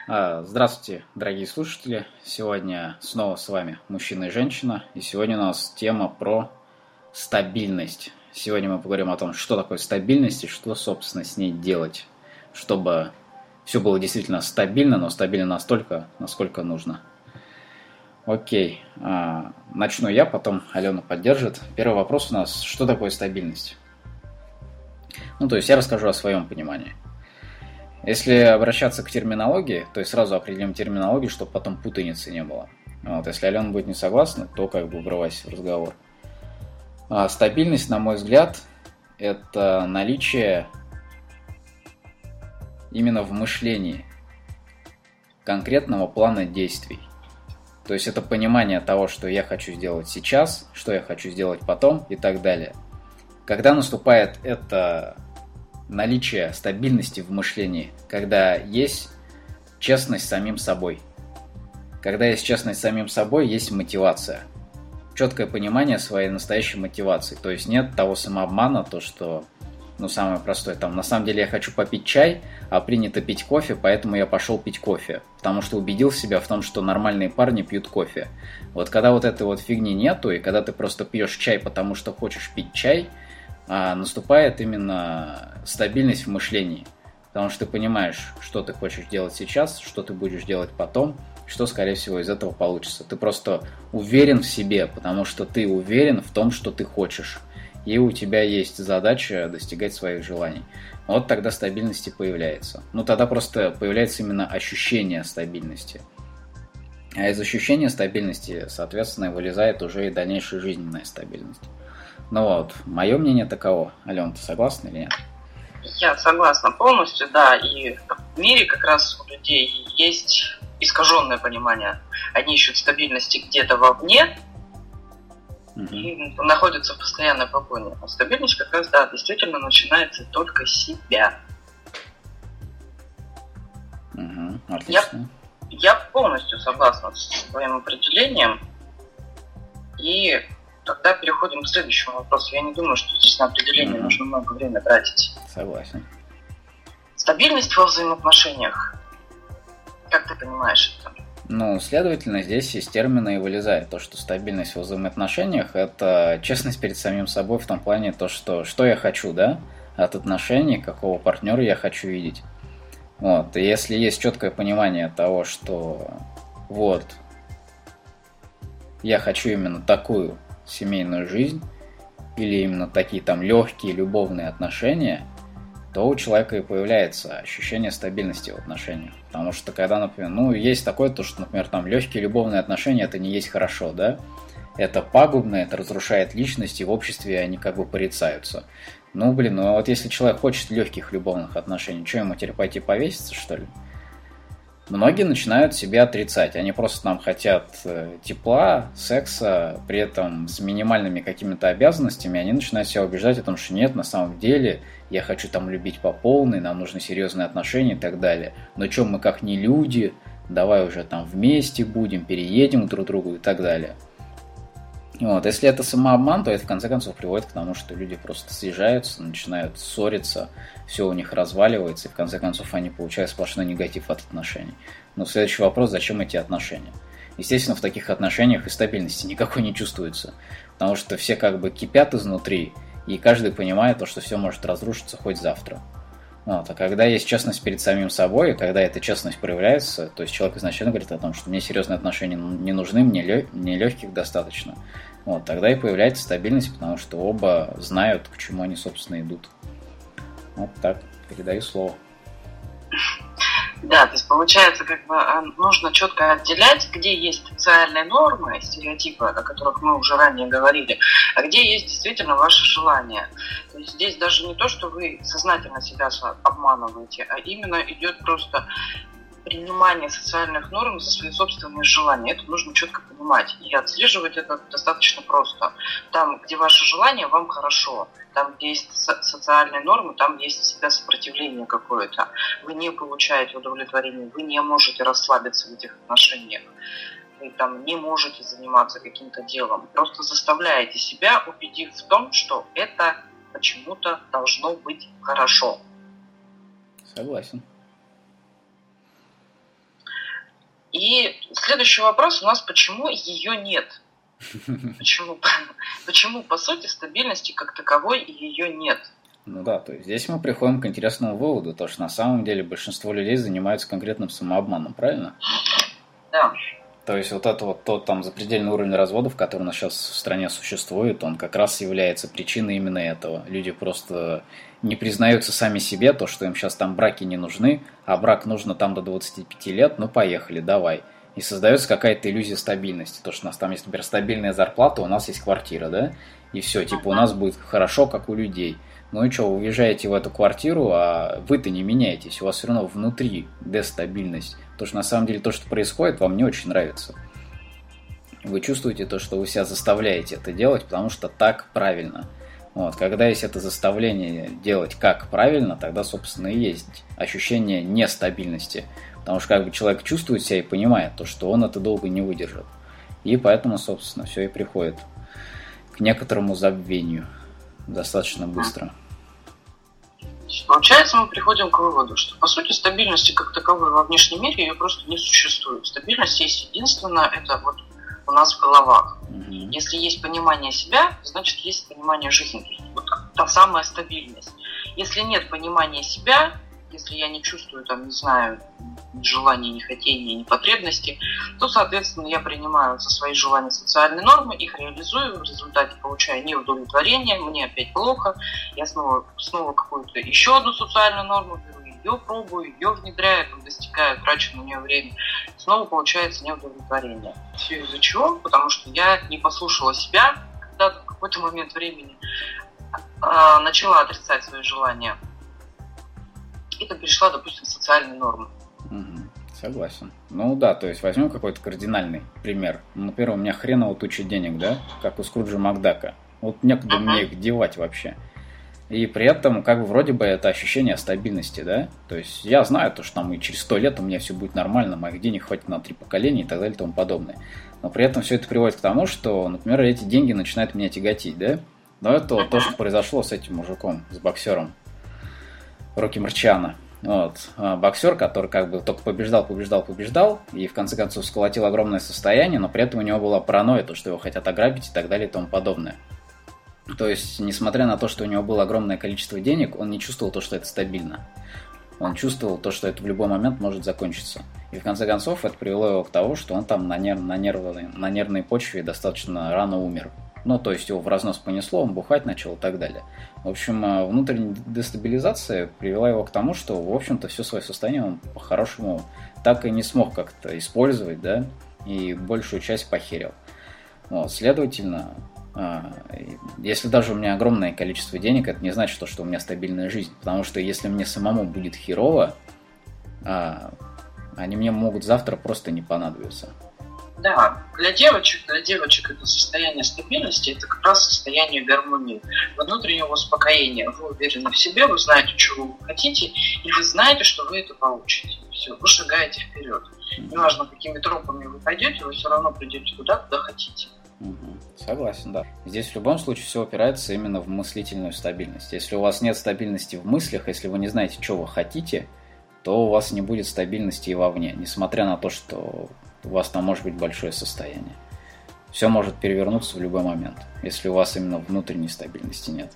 Здравствуйте, дорогие слушатели. Сегодня снова с вами мужчина и женщина. И сегодня у нас тема про стабильность. Сегодня мы поговорим о том, что такое стабильность и что, собственно, с ней делать, чтобы все было действительно стабильно, но стабильно настолько, насколько нужно. Окей, начну я, потом Алена поддержит. Первый вопрос у нас, что такое стабильность? То есть я расскажу о своем понимании. Если обращаться к терминологии, то есть сразу определим терминологию, чтобы потом путаницы не было. Если Алена будет не согласна, то врывайся в разговор. Стабильность, на мой взгляд, это наличие именно в мышлении конкретного плана действий. То есть это понимание того, что я хочу сделать сейчас, что я хочу сделать потом и так далее. Когда наступает это наличие стабильности в мышлении, когда есть честность с самим собой. Когда есть честность с самим собой, есть мотивация. Четкое понимание своей настоящей мотивации. То есть нет того самообмана, то что, самое простое, на самом деле я хочу попить чай, а принято пить кофе, поэтому я пошел пить кофе. Потому что убедил себя в том, что нормальные парни пьют кофе. Когда этой фигни нету, и когда ты просто пьешь чай, потому что хочешь пить чай, наступает именно стабильность в мышлении. Потому что ты понимаешь, что ты хочешь делать сейчас, что ты будешь делать потом, что, скорее всего, из этого получится. Ты просто уверен в себе, потому что ты уверен в том, что ты хочешь. И у тебя есть задача достигать своих желаний. Тогда стабильность и появляется. Тогда просто появляется именно ощущение стабильности. А из ощущения стабильности, соответственно, вылезает уже и дальнейшая жизненная стабильность. Мое мнение таково. Алена, ты согласна или нет? Я согласна полностью, да. И в мире как раз у людей есть искаженное понимание. Они ищут стабильности где-то вовне и находятся в постоянной погоне. А стабильность как раз, да, действительно начинается только с себя. Отлично. Я полностью согласна с твоим определением. И тогда переходим к следующему вопросу. Я не думаю, что здесь на определение нужно много времени тратить. Согласен. Стабильность во взаимоотношениях. Как ты понимаешь это? Следовательно, здесь из термина и вылезает то, что стабильность во взаимоотношениях – это честность перед самим собой в том плане, то, что я хочу, да, от отношений, какого партнера я хочу видеть. И если есть четкое понимание того, что я хочу именно такую семейную жизнь или именно такие легкие любовные отношения, то у человека и появляется ощущение стабильности в отношениях. Потому что когда, например, есть такое, то, что, например, легкие любовные отношения, это не есть хорошо, да? Это пагубно, это разрушает личность, и в обществе они порицаются. Если человек хочет легких любовных отношений, что ему теперь пойти повеситься, что ли? Многие начинают себя отрицать. Они просто хотят тепла, секса, при этом с минимальными какими-то обязанностями. Они начинают себя убеждать о том, что нет, на самом деле я хочу любить по полной, нам нужны серьезные отношения и так далее. Но что мы как не люди, давай уже вместе будем, переедем друг к другу и так далее. Если это самообман, то это в конце концов приводит к тому, что люди просто съезжаются, начинают ссориться, все у них разваливается, и в конце концов они получают сплошной негатив от отношений. Следующий вопрос, зачем эти отношения? Естественно, в таких отношениях и стабильности никакой не чувствуется, потому что все кипят изнутри, и каждый понимает то, что все может разрушиться хоть завтра. А когда есть честность перед самим собой, и когда эта честность проявляется, то есть человек изначально говорит о том, что мне серьезные отношения не нужны, мне легких достаточно. Тогда и появляется стабильность, потому что оба знают, к чему они, собственно, идут. Так, передаю слово. Да, то есть получается, нужно четко отделять, где есть социальные нормы, стереотипы, о которых мы уже ранее говорили, а где есть действительно ваши желания. То есть здесь даже не то, что вы сознательно себя обманываете, а именно идет просто принимание социальных норм за свои собственные желания. Это нужно четко понимать. И отслеживать это достаточно просто. Там, где ваши желания, вам хорошо. Там, где есть социальные нормы, там есть всегда сопротивление какое-то. Вы не получаете удовлетворения, вы не можете расслабиться в этих отношениях. Вы не можете заниматься каким-то делом. Просто заставляете себя, убедив в том, что это почему-то должно быть хорошо. Согласен. И следующий вопрос у нас, почему ее нет? Почему, по сути, стабильности как таковой ее нет? Ну да, то есть здесь мы приходим к интересному выводу, то что на самом деле большинство людей занимаются конкретным самообманом, правильно? Да. То есть вот это вот тот там запредельный уровень разводов, который у нас сейчас в стране существует, он как раз является причиной именно этого. Люди просто не признаются сами себе, то, что им сейчас там браки не нужны, а брак нужно там до 25 лет, ну поехали, давай. И создается какая-то иллюзия стабильности, то, что у нас там есть, например, стабильная зарплата, у нас есть квартира, да, и все, типа у нас будет хорошо, как у людей. Ну и что, вы уезжаете в эту квартиру, а вы-то не меняетесь, у вас все равно внутри дестабильность. Потому что на самом деле то, что происходит, вам не очень нравится. Вы чувствуете то, что вы себя заставляете это делать, потому что так правильно. Вот, когда есть это заставление делать как правильно, тогда, собственно, и есть ощущение нестабильности. Потому что как бы человек чувствует себя и понимает то, что он это долго не выдержит. И поэтому, собственно, все и приходит к некоторому забвению достаточно быстро. Получается, мы приходим к выводу, что, по сути, стабильности как таковой во внешнем мире ее просто не существует. Стабильность есть единственное, это вот у нас в головах. Если есть понимание себя, значит, есть понимание жизни. То есть, вот та самая стабильность. Если нет понимания себя, если я не чувствую, там, не знаю, ни желания, ни хотения, ни потребности, то, соответственно, я принимаю за свои желания социальные нормы, их реализую, в результате получаю неудовлетворение, мне опять плохо, я снова какую-то еще одну социальную норму беру, ее пробую, ее внедряю, достигаю, трачу на нее время, снова получается неудовлетворение. Все из-за чего? Потому что я не послушала себя, когда в какой-то момент времени начала отрицать свои желания. Это перешла, допустим, в социальные нормы. Согласен. Ну да, то есть возьмем какой-то кардинальный пример. Например, у меня хреново туча денег, да, как у Скруджа Макдака. Вот некуда мне их девать вообще. И при этом, как бы, вроде бы это ощущение стабильности, да. То есть я знаю то, что там и через 100 лет у меня все будет нормально, моих денег хватит на 3 поколения и так далее и тому подобное. Но при этом все это приводит к тому, что, например, эти деньги начинают меня тяготить, да. Но это вот то, что произошло с этим мужиком, с боксером Рокки Марчиано. Вот. Боксер, который как бы только побеждал, и в конце концов сколотил огромное состояние, но при этом у него была паранойя, то, что его хотят ограбить и так далее и тому подобное. То есть, несмотря на то, что у него было огромное количество денег, он не чувствовал то, что это стабильно. Он чувствовал то, что это в любой момент может закончиться. И в конце концов это привело его к тому, что он там на нервной почве достаточно рано умер. Ну, то есть его в разнос понесло, он бухать начал и так далее. В общем, внутренняя дестабилизация привела его к тому, что, в общем-то, все свое состояние он по-хорошему так и не смог как-то использовать, да, и большую часть похерил. Вот, следовательно, если даже у меня огромное количество денег, это не значит, что у меня стабильная жизнь. Потому что если мне самому будет херово, они мне могут завтра просто не понадобиться. Да, для девочек это состояние стабильности, это как раз состояние гармонии, внутреннего успокоения. Вы уверены в себе, вы знаете, чего вы хотите, и вы знаете, что вы это получите. Все, вы шагаете вперед. Неважно, какими тропами вы пойдете, вы все равно придете туда, куда хотите. Согласен, да. Здесь в любом случае все опирается именно в мыслительную стабильность. Если у вас нет стабильности в мыслях, если вы не знаете, что вы хотите, то у вас не будет стабильности и вовне, несмотря на то, что у вас там может быть большое состояние. Все может перевернуться в любой момент, если у вас именно внутренней стабильности нет.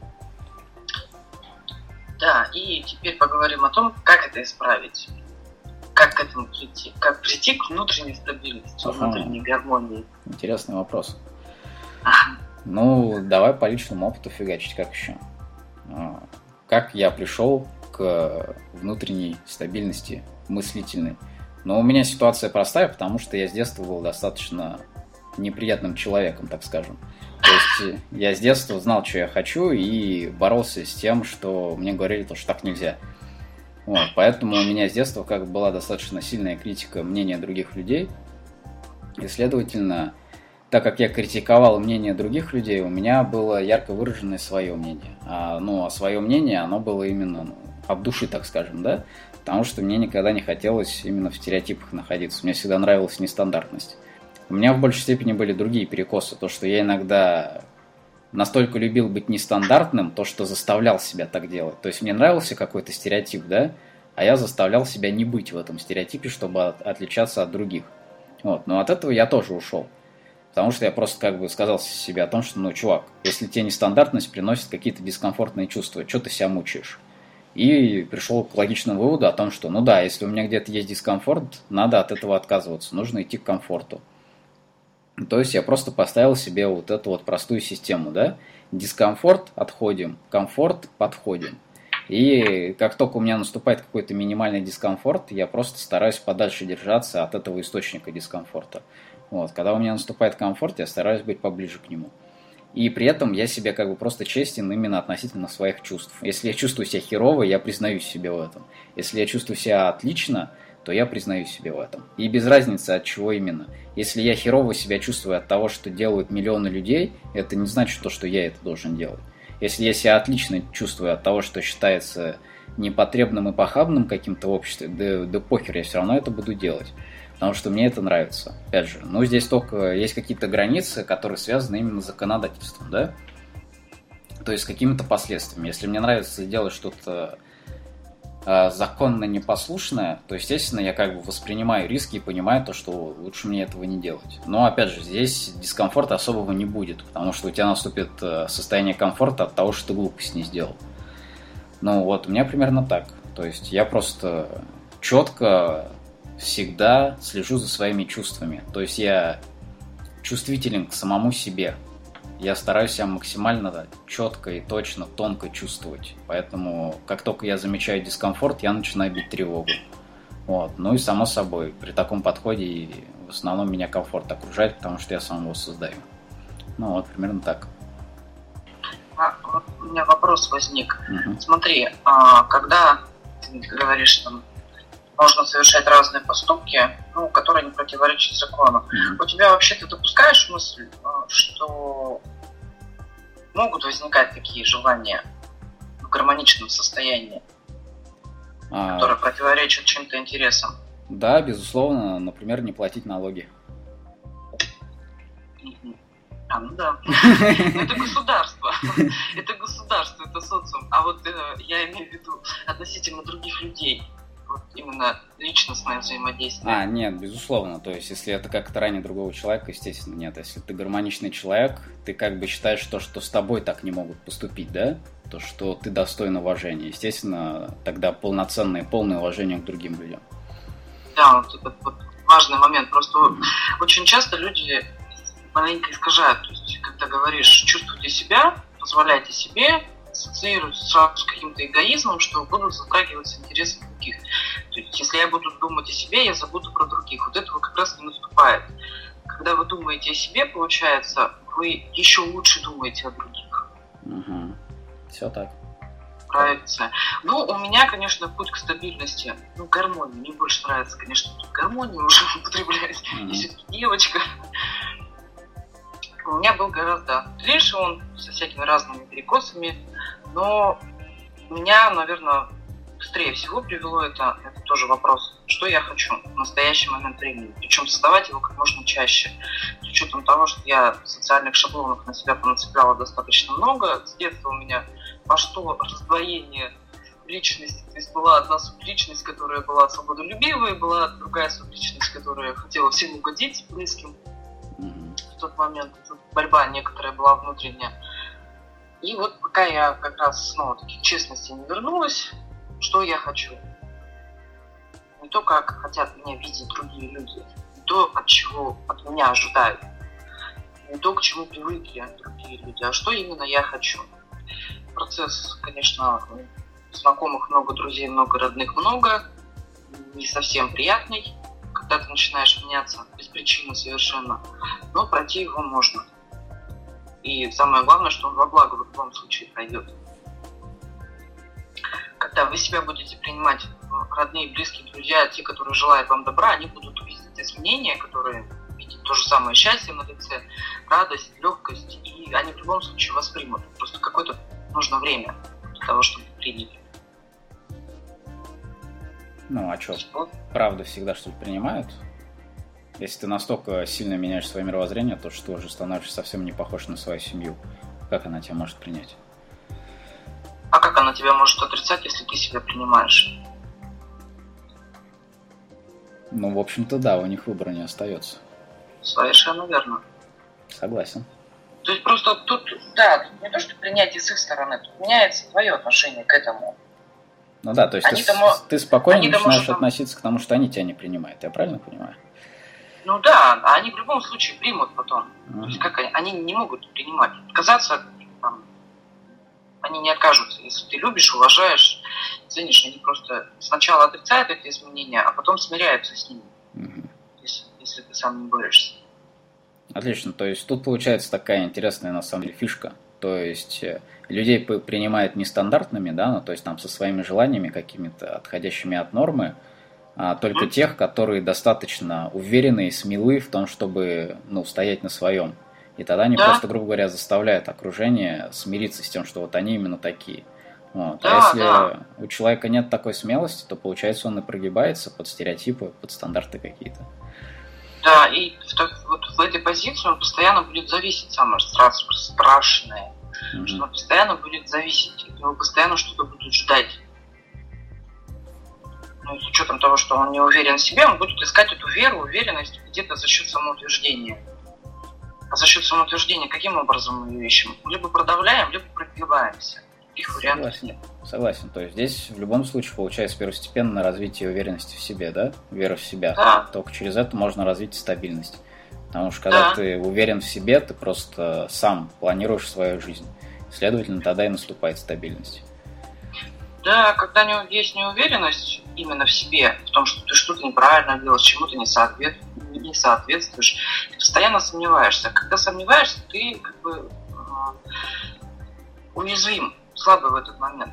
Да, и теперь поговорим о том, как это исправить. Как к этому прийти? Как прийти к внутренней стабильности, внутренней гармонии? Интересный вопрос. Ну, давай по личному опыту фигачить, как еще. Как я пришел к внутренней стабильности мыслительной? Но у меня ситуация простая, потому что я с детства был достаточно неприятным человеком, так скажем. То есть я с детства знал, что я хочу, и боролся с тем, что мне говорили, что так нельзя. Вот, поэтому у меня с детства как бы была достаточно сильная критика мнения других людей. И, следовательно, так как я критиковал мнение других людей, у меня было ярко выраженное свое мнение. А свое мнение, оно было именно от души, так скажем, да? Потому что мне никогда не хотелось именно в стереотипах находиться. Мне всегда нравилась нестандартность. У меня в большей степени были другие перекосы. То, что я иногда настолько любил быть нестандартным, то, что заставлял себя так делать. То есть мне нравился какой-то стереотип, да? а я заставлял себя не быть в этом стереотипе, чтобы отличаться от других. Вот. Но от этого я тоже ушел. Потому что я просто как бы сказал себе о том, что, ну, чувак, если тебе нестандартность приносит какие-то дискомфортные чувства, что ты себя мучаешь? И пришел к логичному выводу о том, что, ну да, если у меня где-то есть дискомфорт, надо от этого отказываться, нужно идти к комфорту. То есть я просто поставил себе вот эту вот простую систему, да? Дискомфорт – отходим, комфорт – подходим. И как только у меня наступает какой-то минимальный дискомфорт, я просто стараюсь подальше держаться от этого источника дискомфорта. Вот. Когда у меня наступает комфорт, я стараюсь быть поближе к нему. И при этом я себе как бы просто честен именно относительно своих чувств. Если я чувствую себя херово, я признаюсь себе в этом. Если я чувствую себя отлично, то я признаюсь себе в этом. И без разницы, от чего именно. Если я херово себя чувствую от того, что делают миллионы людей, это не значит то, что я это должен делать. Если я себя отлично чувствую от того, что считается непотребным и похабным каким-то в обществе, да похер, я все равно это буду делать. Потому что мне это нравится. Опять же, ну здесь только есть какие-то границы, которые связаны именно с законодательством, да? То есть с какими-то последствиями. Если мне нравится делать что-то законно непослушное, то, естественно, я как бы воспринимаю риски и понимаю то, что лучше мне этого не делать. Но, опять же, здесь дискомфорта особого не будет, потому что у тебя наступит состояние комфорта от того, что ты глупость не сделал. Ну вот, у меня примерно так. То есть я просто четко всегда слежу за своими чувствами. То есть я чувствителен к самому себе. Я стараюсь себя максимально четко и точно, тонко чувствовать. Поэтому, как только я замечаю дискомфорт, я начинаю бить тревогу. Вот. Ну и само собой, при таком подходе в основном меня комфорт окружает, потому что я сам его создаю. Ну вот, примерно так. Вот у меня вопрос возник. Смотри, когда ты говоришь, там, можно совершать разные поступки, ну, которые не противоречат закону. У тебя вообще ты допускаешь мысль, что могут возникать такие желания в гармоничном состоянии, которые противоречат чьим-то интересам? Да, безусловно. Например, не платить налоги. Ну да. Это государство. Это государство, это социум. А вот я имею в виду относительно других людей. Вот именно личностное взаимодействие. Нет, безусловно. То есть, если это как-то ранее другого человека, естественно, нет. Если ты гармоничный человек, ты как бы считаешь то, что с тобой так не могут поступить, да? То, что ты достоин уважения. Естественно, тогда полное уважение к другим людям. Да, вот этот вот важный момент. Просто очень часто люди маленько искажают. То есть, когда говоришь, чувствуйте себя, позволяйте себе, ассоциируют сразу с каким-то эгоизмом, что будут затрагиваться интересы других. То есть, если я буду думать о себе, я забуду про других. Вот этого как раз не наступает. Когда вы думаете о себе, получается, вы еще лучше думаете о других. Все так. Нравится. Ну, у меня, конечно, путь к стабильности, гармонии. Мне больше нравится, конечно, гармонию уже употреблять. Я все-таки девочка. У меня был гораздо длиннее, он со всякими разными перекосами, но меня, наверное, быстрее всего привело это тоже вопрос, что я хочу в настоящий момент времени, причем создавать его как можно чаще, с учетом того, что я социальных шаблонов на себя понацепляла достаточно много. С детства у меня пошло раздвоение личности, то есть была одна субличность, которая была свободолюбивой, была другая субличность, которая хотела всем угодить близким. В тот момент борьба некоторая была внутренняя. И вот пока я как раз снова-таки к честности не вернулась, что я хочу. Не то, как хотят меня видеть другие люди, не то, от чего от меня ожидают, не то, к чему привыкли другие люди, а что именно я хочу. Процесс, конечно, знакомых много, друзей много, родных много, не совсем приятный, когда ты начинаешь меняться без причины совершенно, но пройти его можно. И самое главное, что он во благо в любом случае пройдет. Когда вы себя будете принимать, родные, близкие, друзья, те, которые желают вам добра, они будут видеть изменения, которые видят то же самое счастье на лице, радость, легкость, и они в любом случае вас примут. Просто какое-то нужно время для того, чтобы приняли. Ну, а что? Правда всегда что-то принимают? Если ты настолько сильно меняешь свое мировоззрение, то что уже становишься совсем не похож на свою семью. Как она тебя может принять? А как она тебя может отрицать, если ты себя принимаешь? Ну, в общем-то, да, у них выбора не остается. Совершенно верно. Согласен. То есть просто тут, да, тут не то, что принятие с их стороны, тут меняется твое отношение к этому. Ну да, то есть ты спокойно начинаешь относиться к тому, что они тебя не принимают. Я правильно понимаю? Ну да, они в любом случае примут потом. То есть как они не могут принимать. Отказаться, там, они не откажутся. Если ты любишь, уважаешь, ценишь, они просто сначала отрицают эти изменения, а потом смиряются с ними. Если ты сам не борешься. Отлично, то есть тут получается такая интересная на самом деле фишка. То есть людей принимают нестандартными, да, ну, то есть там со своими желаниями какими-то отходящими от нормы, а только тех, которые достаточно уверены и смелы в том, чтобы, ну, стоять на своем. И тогда они просто, грубо говоря, заставляют окружение смириться с тем, что вот они именно такие. Вот. А если у человека нет такой смелости, то получается он и прогибается под стереотипы, под стандарты какие-то. Да, и вот в этой позиции он постоянно будет зависеть, самое страшное, что он постоянно будет зависеть, от него постоянно что-то будут ждать. Ну, с учетом того, что он не уверен в себе, он будет искать эту веру, уверенность где-то за счет самоутверждения. А за счет самоутверждения каким образом мы ее ищем? Либо продавляем, либо прогибаемся. Их вариантов нет. Согласен. То есть здесь в любом случае получается первостепенное развитие уверенности в себе, да? Вера в себя. Да. Только через это можно развить стабильность. Потому что когда ты уверен в себе, ты просто сам планируешь свою жизнь. Следовательно, тогда и наступает стабильность. Да, когда есть неуверенность именно в себе, в том, что ты что-то неправильно делаешь, чему-то не соответствуешь, ты постоянно сомневаешься. Когда сомневаешься, ты как бы уязвим, слабый в этот момент.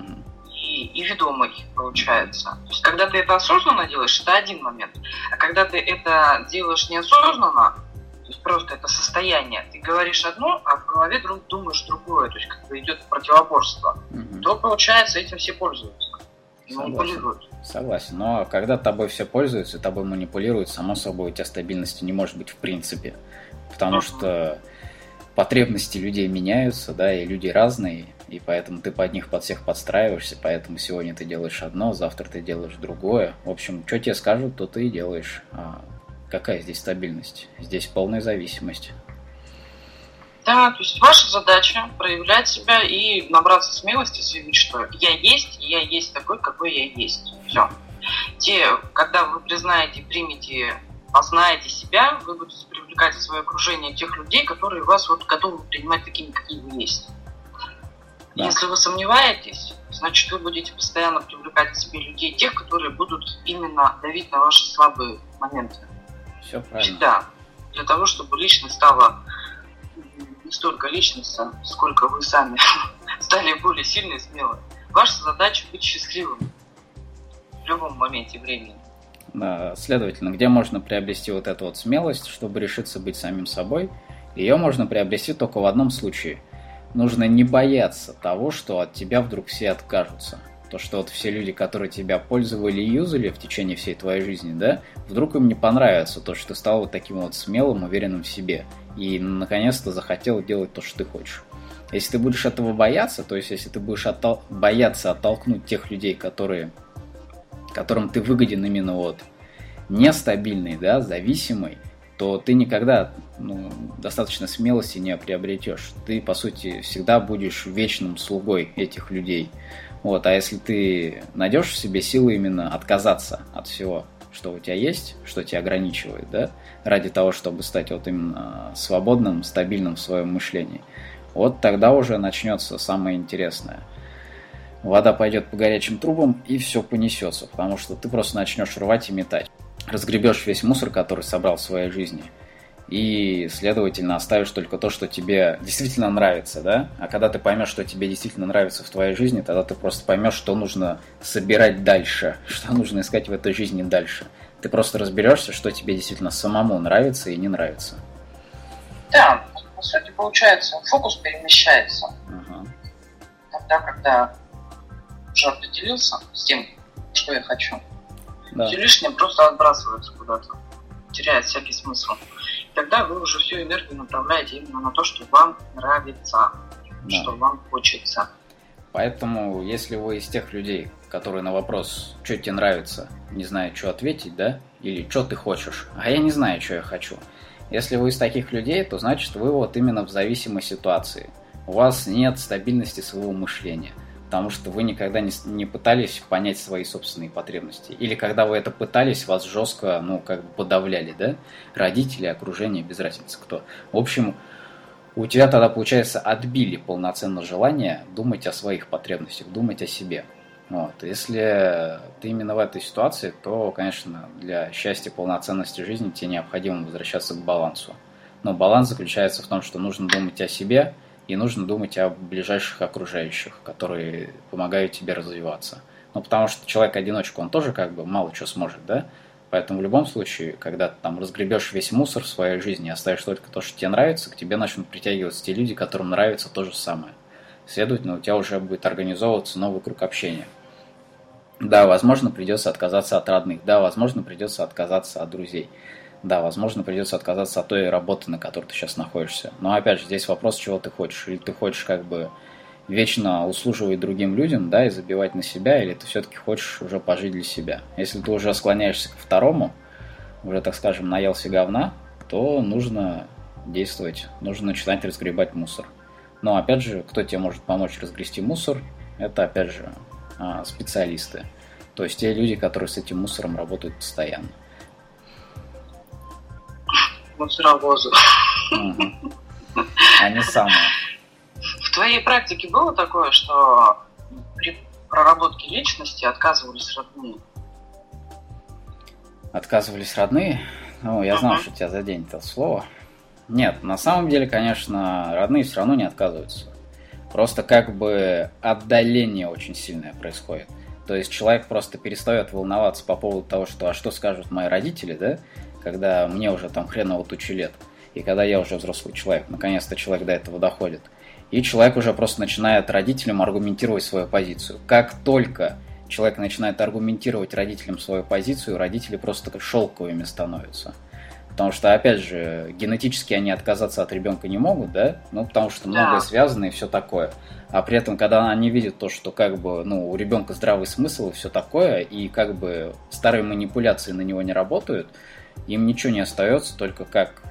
И ведомый получается. То есть, когда ты это осознанно делаешь, это один момент. А когда ты это делаешь неосознанно, то есть просто это состояние, ты говоришь одно, а в голове думаешь другое, то есть как бы идет противоборство, то получается этим все пользуются. И манипулируют. Согласен. Но когда тобой все пользуются, тобой манипулируют, само собой у тебя стабильности не может быть в принципе. Потому что потребности людей меняются, да, и люди разные, и поэтому ты под них под всех подстраиваешься, поэтому сегодня ты делаешь одно, завтра ты делаешь другое. В общем, что тебе скажут, то ты и делаешь. Какая здесь стабильность? Здесь полная зависимость. Да, то есть ваша задача проявлять себя и набраться смелости, заявить, что я есть такой, какой я есть. Все. Когда вы признаете, примете, познаете себя, вы будете привлекать в свое окружение тех людей, которые вас вот готовы принимать такими, какие вы есть. Да. Если вы сомневаетесь, значит, вы будете постоянно привлекать к себе людей, тех, которые будут именно давить на ваши слабые моменты. Все правильно. Всегда. Для того, чтобы личность стала не столько личностью, сколько вы сами стали более сильной и смелой. Ваша задача быть счастливым в любом моменте времени. Да, следовательно, где можно приобрести вот эту вот смелость, чтобы решиться быть самим собой? Ее можно приобрести только в одном случае. Нужно не бояться того, что от тебя вдруг все откажутся. То, что вот все люди, которые тебя пользовали и юзали в течение всей твоей жизни, да, вдруг им не понравится то, что ты стал вот таким вот смелым, уверенным в себе. И наконец-то захотел делать то, что ты хочешь. Если ты будешь этого бояться, то есть если ты будешь бояться оттолкнуть тех людей, которым ты выгоден именно вот нестабильный, да, зависимый, то ты никогда достаточно смелости не приобретешь. Ты, по сути, всегда будешь вечным слугой этих людей. Вот. А если ты найдешь в себе силы именно отказаться от всего, что у тебя есть, что тебя ограничивает, да, ради того, чтобы стать вот именно свободным, стабильным в своем мышлении, вот тогда уже начнется самое интересное. Вода пойдет по горячим трубам, и все понесется, потому что ты просто начнешь рвать и метать. Разгребешь весь мусор, который собрал в своей жизни, и, следовательно, оставишь только то, что тебе действительно нравится, да? А когда ты поймешь, что тебе действительно нравится в твоей жизни, тогда ты просто поймешь, что нужно собирать дальше, что нужно искать в этой жизни дальше. Ты просто разберешься, что тебе действительно самому нравится и не нравится. Да, по сути, получается, фокус перемещается. Тогда, когда уже определился с тем, что я хочу, все лишнее просто отбрасывается куда-то, теряет всякий смысл. И тогда вы уже всю энергию направляете именно на то, что вам нравится, что вам хочется. Поэтому, если вы из тех людей, который на вопрос, что тебе нравится, не знает, что ответить, да? Или что ты хочешь, а я не знаю, что я хочу. Если вы из таких людей, то значит вы вот именно в зависимой ситуации. У вас нет стабильности своего мышления, потому что вы никогда не пытались понять свои собственные потребности. Или когда вы это пытались, вас жестко, подавляли, да? Родители, окружение, без разницы кто. В общем, у тебя тогда, получается, отбили полноценно желание думать о своих потребностях, думать о себе. Вот. Если ты именно в этой ситуации, то, конечно, для счастья, полноценности жизни тебе необходимо возвращаться к балансу. Но баланс заключается в том, что нужно думать о себе и нужно думать о ближайших окружающих, которые помогают тебе развиваться. Потому что человек-одиночка, он тоже мало чего сможет, да? Поэтому в любом случае, когда ты там разгребешь весь мусор в своей жизни и оставишь только то, что тебе нравится, к тебе начнут притягиваться те люди, которым нравится то же самое. Следовательно, у тебя уже будет организовываться новый круг общения. Да, возможно, придется отказаться от родных. Да, возможно, придется отказаться от друзей. Да, возможно, придется отказаться от той работы, на которой ты сейчас находишься. Но опять же, здесь вопрос, чего ты хочешь. Или ты хочешь вечно услуживать другим людям, да, и забивать на себя, или ты все-таки хочешь уже пожить для себя. Если ты уже склоняешься ко второму, уже, так скажем, наелся говна, то нужно действовать, нужно начинать разгребать мусор. Но опять же, кто тебе может помочь разгрести мусор, это опять же специалисты. То есть те люди, которые с этим мусором работают постоянно. Мусоровозы. Они самые. В твоей практике было такое, что при проработке личности отказывались родные? Отказывались родные? Я знал, что тебя заденет это слово. Нет, на самом деле, конечно, родные все равно не отказываются. Просто отдаление очень сильное происходит. То есть человек просто перестает волноваться по поводу того, что скажут мои родители, да, когда мне уже хреново тучу лет, и когда я уже взрослый человек, наконец-то человек до этого доходит. И человек уже просто начинает родителям аргументировать свою позицию. Как только человек начинает аргументировать родителям свою позицию, родители просто шелковыми становятся. Потому что, опять же, генетически они отказаться от ребенка не могут, да? Потому что многое связано и все такое. А при этом, когда они видят то, что у ребенка здравый смысл и все такое, и старые манипуляции на него не работают, им ничего не остается, только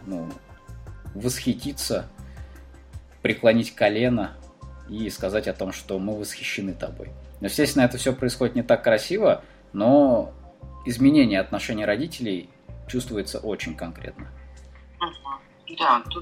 восхититься, преклонить колено и сказать о том, что мы восхищены тобой. Естественно, это все происходит не так красиво, но изменение отношений родителей чувствуется очень конкретно. Да, тут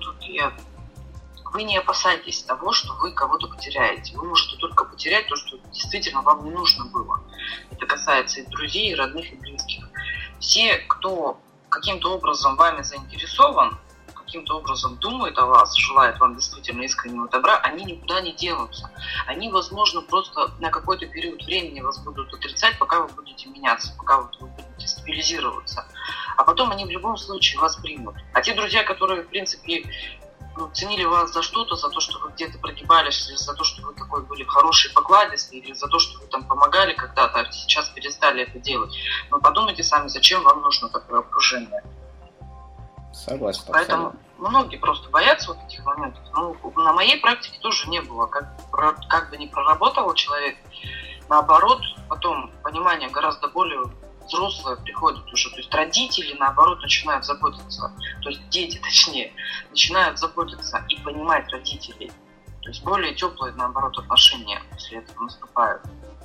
вы не опасайтесь того, что вы кого-то потеряете. Вы можете только потерять то, что действительно вам не нужно было. Это касается и друзей, и родных, и близких. Все, кто каким-то образом вами заинтересован, каким-то образом думает о вас, желает вам действительно искреннего добра, они никуда не денутся. Они, возможно, просто на какой-то период времени вас будут отрицать, пока вы будете меняться, пока вы будете стабилизироваться. А потом они в любом случае вас примут. А те друзья, которые, в принципе, ценили вас за что-то, за то, что вы где-то прогибались, или за то, что вы такой были хороший, покладистый, или за то, что вы помогали когда-то, а сейчас перестали это делать. Но подумайте сами, зачем вам нужно такое окружение. Согласен. Поэтому многие просто боятся этих моментов. На моей практике тоже не было. Как бы ни проработал человек, наоборот, потом понимание гораздо более взрослые приходят уже. То есть родители, наоборот, начинают заботиться. То есть дети, точнее, начинают заботиться и понимать родителей. То есть более теплые, наоборот, отношения после этого наступают.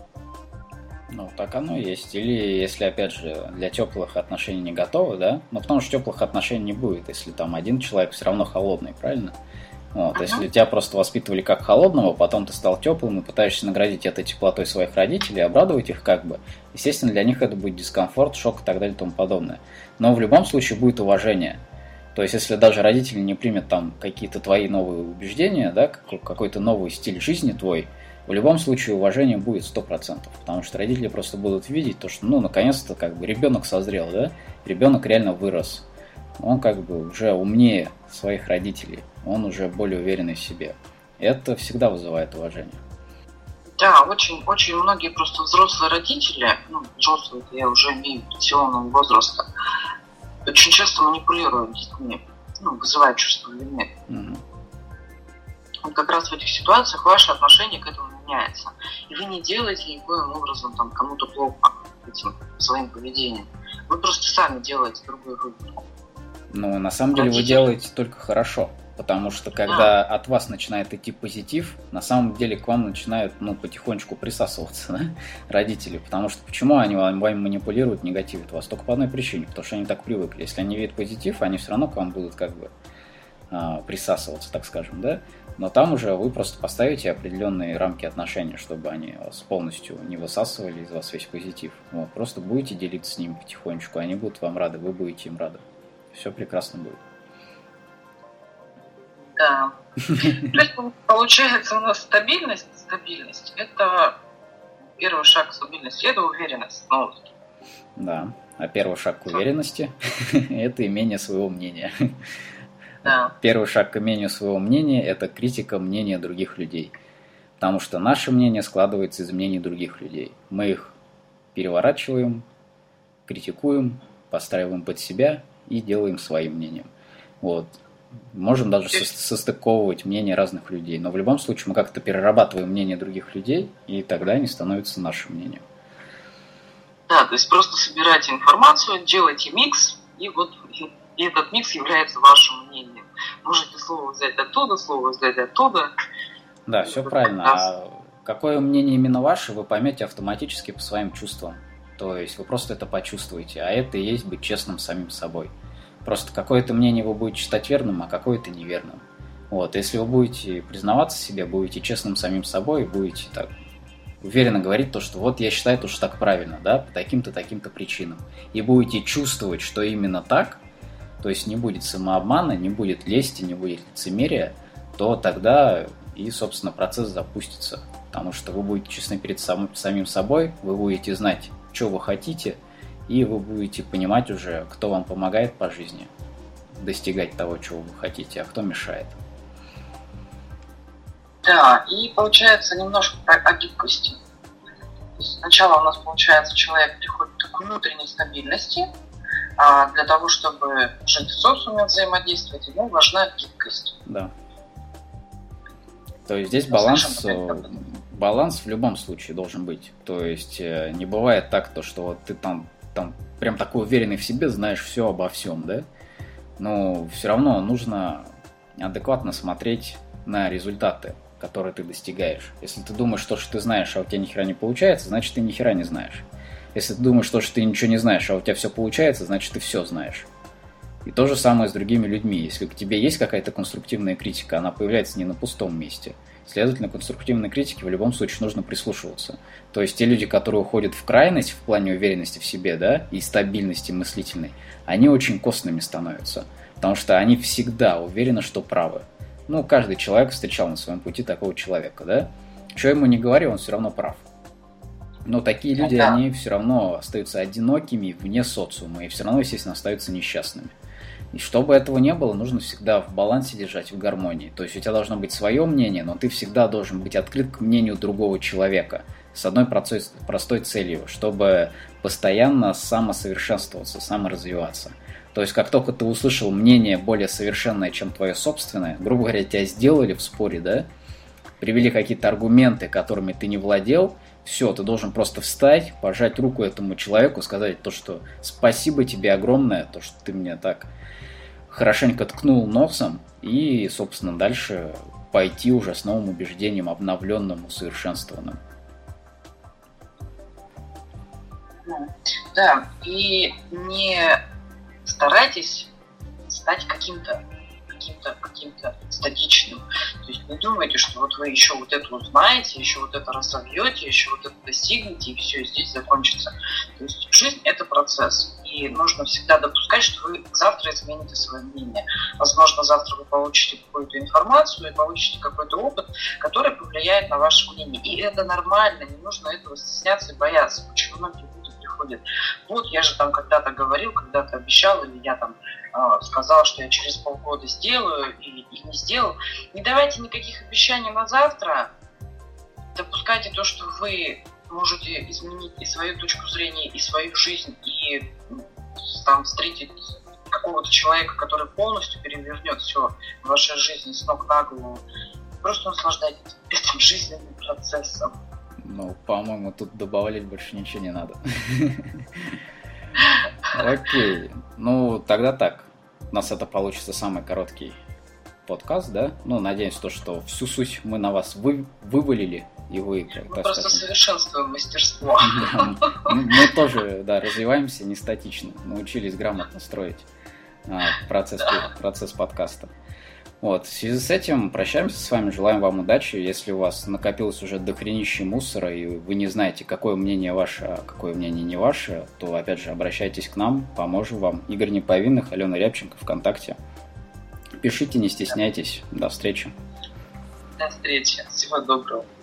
Так оно и есть. Или если, опять же, для теплых отношений не готовы, да? Потому что теплых отношений не будет, если один человек все равно холодный, правильно? Если тебя просто воспитывали как холодного, потом ты стал теплым и пытаешься наградить этой теплотой своих родителей, обрадовать их естественно, для них это будет дискомфорт, шок и так далее и тому подобное. Но в любом случае будет уважение. То есть, если даже родители не примут какие-то твои новые убеждения, да, какой-то новый стиль жизни твой, в любом случае уважение будет 100%, потому что родители просто будут видеть то, что, наконец-то, ребенок созрел, да, ребенок реально вырос, он уже умнее своих родителей, он уже более уверенный в себе. Это всегда вызывает уважение. Да, очень многие просто взрослые родители, взрослые, я уже имею пенсионного возраста, очень часто манипулируют детьми, вызывают чувство вины. Как раз в этих ситуациях ваше отношение к этому меняется. И вы не делаете никоим образом там кому-то плохо этим своим поведением. Вы просто сами делаете другой выбор. Ну, на самом деле вы делаете только хорошо. Потому что когда от вас начинает идти позитив, на самом деле к вам начинают потихонечку присасываться, да, родители. Потому что почему они вами манипулируют, негативят вас? Только по одной причине, потому что они так привыкли. Если они видят позитив, они все равно к вам будут как бы присасываться, так скажем, да. Но там уже вы просто поставите определенные рамки отношений, чтобы они вас полностью не высасывали из вас весь позитив. Вот, просто будете делиться с ними потихонечку, они будут вам рады, вы будете им рады. Все прекрасно будет. Да. То есть, получается, у нас стабильность – это первый шаг к стабильности, это уверенность. Да, а первый шаг к уверенности – это имение своего мнения. Да. Первый шаг к имению своего мнения – это критика мнения других людей. Потому что наше мнение складывается из мнений других людей. Мы их переворачиваем, критикуем, подстраиваем под себя и делаем своим мнением. Вот. Можем даже состыковывать мнения разных людей, но в любом случае мы как-то перерабатываем мнение других людей, и тогда они становятся нашим мнением. Да, то есть просто собирайте информацию, делайте микс, и этот микс является вашим мнением. Можете слово взять оттуда, слово взять оттуда. Да, все правильно. А какое мнение именно ваше, вы поймете автоматически по своим чувствам. То есть вы просто это почувствуете, а это и есть быть честным самим собой. Просто какое-то мнение вы будете считать верным, а какое-то неверным. Вот. Если вы будете признаваться себе, будете честным самим собой, будете так уверенно говорить то, что вот я считаю, что так правильно, да, по таким-то, таким-то причинам. И будете чувствовать, что именно так, то есть не будет самообмана, не будет лести, не будет лицемерия, то тогда и, собственно, процесс запустится. Потому что вы будете честны перед самим собой, вы будете знать, что вы хотите, и вы будете понимать уже, кто вам помогает по жизни достигать того, чего вы хотите, а кто мешает. Да, и получается немножко о гибкости. То есть сначала у нас, получается, человек приходит к внутренней стабильности, а для того, чтобы жить в социуме, взаимодействовать, ему важна гибкость. Да. То есть здесь баланс в любом случае должен быть. То есть не бывает так, что вот ты там прям такой уверенный в себе, знаешь все обо всем, да? Но все равно нужно адекватно смотреть на результаты, которые ты достигаешь. Если ты думаешь, что ты знаешь, а у тебя ни хера не получается, значит, ты ни хера не знаешь. Если ты думаешь, что ты ничего не знаешь, а у тебя все получается, значит, ты все знаешь. И то же самое с другими людьми. Если к тебе есть какая-то конструктивная критика, она появляется не на пустом месте. Следовательно, к конструктивной критике в любом случае нужно прислушиваться. То есть те люди, которые уходят в крайность в плане уверенности в себе, да, и стабильности мыслительной, они очень костными становятся. Потому что они всегда уверены, что правы. Ну, каждый человек встречал на своем пути такого человека, да. Что ему не говори, он все равно прав. Но такие люди, они все равно остаются одинокими вне социума и все равно, естественно, остаются несчастными. И чтобы этого не было, нужно всегда в балансе держать, в гармонии. То есть у тебя должно быть свое мнение, но ты всегда должен быть открыт к мнению другого человека с одной простой целью, чтобы постоянно самосовершенствоваться, саморазвиваться. То есть как только ты услышал мнение более совершенное, чем твое собственное, грубо говоря, тебя сделали в споре, да, привели какие-то аргументы, которыми ты не владел, все, ты должен просто встать, пожать руку этому человеку, сказать то, что спасибо тебе огромное, то, что ты мне так хорошенько ткнул носом, и, собственно, дальше пойти уже с новым убеждением, обновленным, усовершенствованным. Да, и не старайтесь стать каким-то статичным. То есть не думайте, что вот вы еще вот это узнаете, еще вот это разовьете, еще вот это достигнете, и все, здесь закончится. То есть жизнь – это процесс. И нужно всегда допускать, что вы завтра измените свое мнение. Возможно, завтра вы получите какую-то информацию и получите какой-то опыт, который повлияет на ваше мнение. И это нормально, не нужно этого стесняться и бояться. Почему многие люди приходят: вот я же там когда-то говорил, когда-то обещал, или я там сказал, что я через полгода сделаю, или не сделал. Не давайте никаких обещаний на завтра. Допускайте то, что вы можете изменить и свою точку зрения, и свою жизнь, и там встретить какого-то человека, который полностью перевернет все в вашей жизни с ног на голову. просто наслаждайтесь этим жизненным процессом. Ну, по-моему, тут добавлять больше ничего не надо. Окей. Ну, тогда так. У нас это получится самый короткий подкаст, да? Ну, надеюсь, что всю суть мы на вас вывалили, и вы... Мы просто совершенствуем мастерство. Мы тоже, да, развиваемся не статично. Научились грамотно строить процесс подкаста. Вот, в связи с этим прощаемся с вами, желаем вам удачи. Если у вас накопилось уже дохренище мусора, и вы не знаете, какое мнение ваше, а какое мнение не ваше, то, опять же, обращайтесь к нам, поможем вам. Игорь Неповинных, Алена Рябченко, ВКонтакте. Пишите, не стесняйтесь. До встречи. До встречи. Всего доброго.